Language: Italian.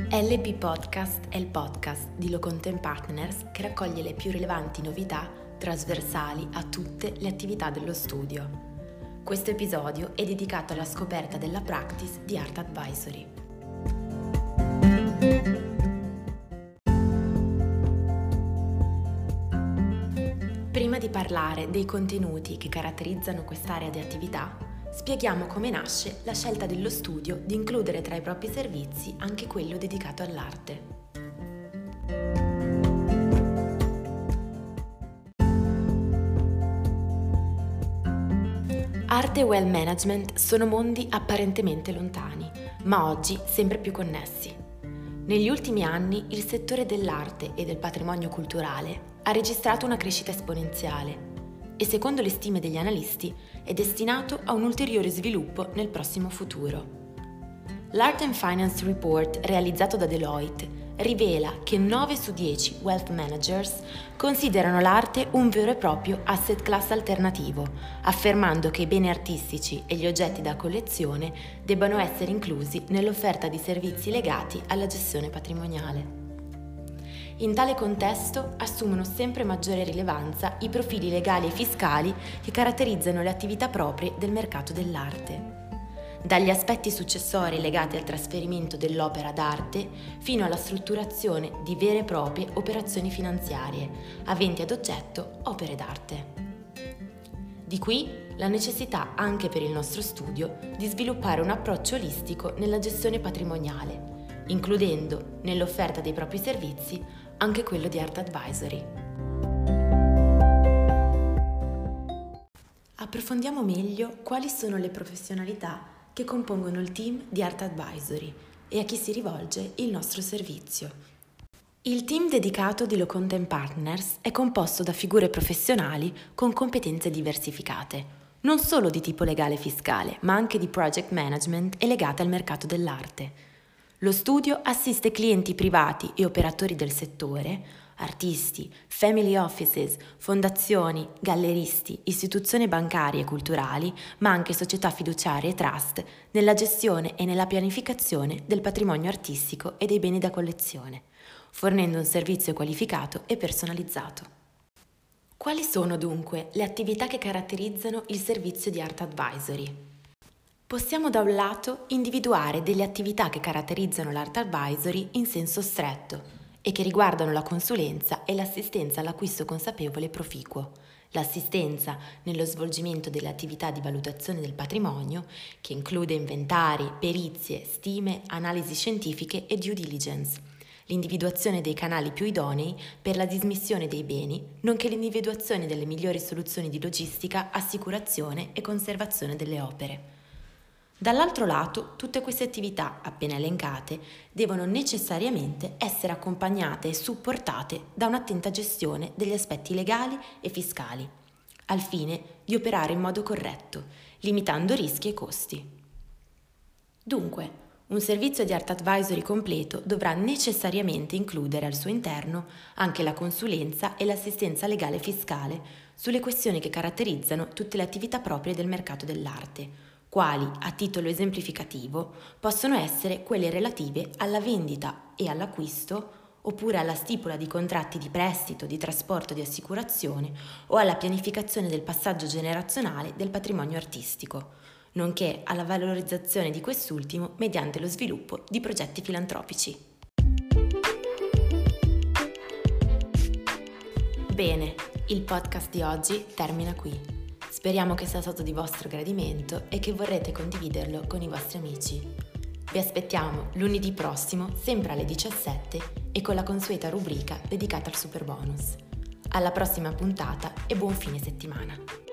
LP Podcast è il podcast di Locontent Partners che raccoglie le più rilevanti novità trasversali a tutte le attività dello studio. Questo episodio è dedicato alla scoperta della practice di Art Advisory. Prima di parlare dei contenuti che caratterizzano quest'area di attività, spieghiamo come nasce la scelta dello studio di includere tra i propri servizi anche quello dedicato all'arte. Arte e well management sono mondi apparentemente lontani, ma oggi sempre più connessi. Negli ultimi anni il settore dell'arte e del patrimonio culturale ha registrato una crescita esponenziale e secondo le stime degli analisti è destinato a un ulteriore sviluppo nel prossimo futuro. L'Art and Finance Report realizzato da Deloitte rivela che 9 su 10 wealth managers considerano l'arte un vero e proprio asset class alternativo, affermando che i beni artistici e gli oggetti da collezione debbano essere inclusi nell'offerta di servizi legati alla gestione patrimoniale. In tale contesto assumono sempre maggiore rilevanza i profili legali e fiscali che caratterizzano le attività proprie del mercato dell'arte. Dagli aspetti successori legati al trasferimento dell'opera d'arte fino alla strutturazione di vere e proprie operazioni finanziarie, aventi ad oggetto opere d'arte. Di qui la necessità anche per il nostro studio di sviluppare un approccio olistico nella gestione patrimoniale, includendo nell'offerta dei propri servizi anche quello di Art Advisory. Approfondiamo meglio quali sono le professionalità che compongono il team di Art Advisory e a chi si rivolge il nostro servizio. Il team dedicato di Locontent Partners è composto da figure professionali con competenze diversificate, non solo di tipo legale e fiscale, ma anche di project management e legate al mercato dell'arte. Lo studio assiste clienti privati e operatori del settore, artisti, family offices, fondazioni, galleristi, istituzioni bancarie e culturali, ma anche società fiduciarie e trust, nella gestione e nella pianificazione del patrimonio artistico e dei beni da collezione, fornendo un servizio qualificato e personalizzato. Quali sono dunque le attività che caratterizzano il servizio di Art Advisory? Possiamo da un lato individuare delle attività che caratterizzano l'Art Advisory in senso stretto e che riguardano la consulenza e l'assistenza all'acquisto consapevole e proficuo, l'assistenza nello svolgimento delle attività di valutazione del patrimonio, che include inventari, perizie, stime, analisi scientifiche e due diligence, l'individuazione dei canali più idonei per la dismissione dei beni, nonché l'individuazione delle migliori soluzioni di logistica, assicurazione e conservazione delle opere. Dall'altro lato, tutte queste attività, appena elencate, devono necessariamente essere accompagnate e supportate da un'attenta gestione degli aspetti legali e fiscali, al fine di operare in modo corretto, limitando rischi e costi. Dunque, un servizio di Art Advisory completo dovrà necessariamente includere al suo interno anche la consulenza e l'assistenza legale e fiscale sulle questioni che caratterizzano tutte le attività proprie del mercato dell'arte, quali, a titolo esemplificativo, possono essere quelle relative alla vendita e all'acquisto, oppure alla stipula di contratti di prestito, di trasporto, di assicurazione o alla pianificazione del passaggio generazionale del patrimonio artistico, nonché alla valorizzazione di quest'ultimo mediante lo sviluppo di progetti filantropici. Bene, il podcast di oggi termina qui. Speriamo che sia stato di vostro gradimento e che vorrete condividerlo con i vostri amici. Vi aspettiamo lunedì prossimo, sempre alle 17 e con la consueta rubrica dedicata al Super Bonus. Alla prossima puntata e buon fine settimana!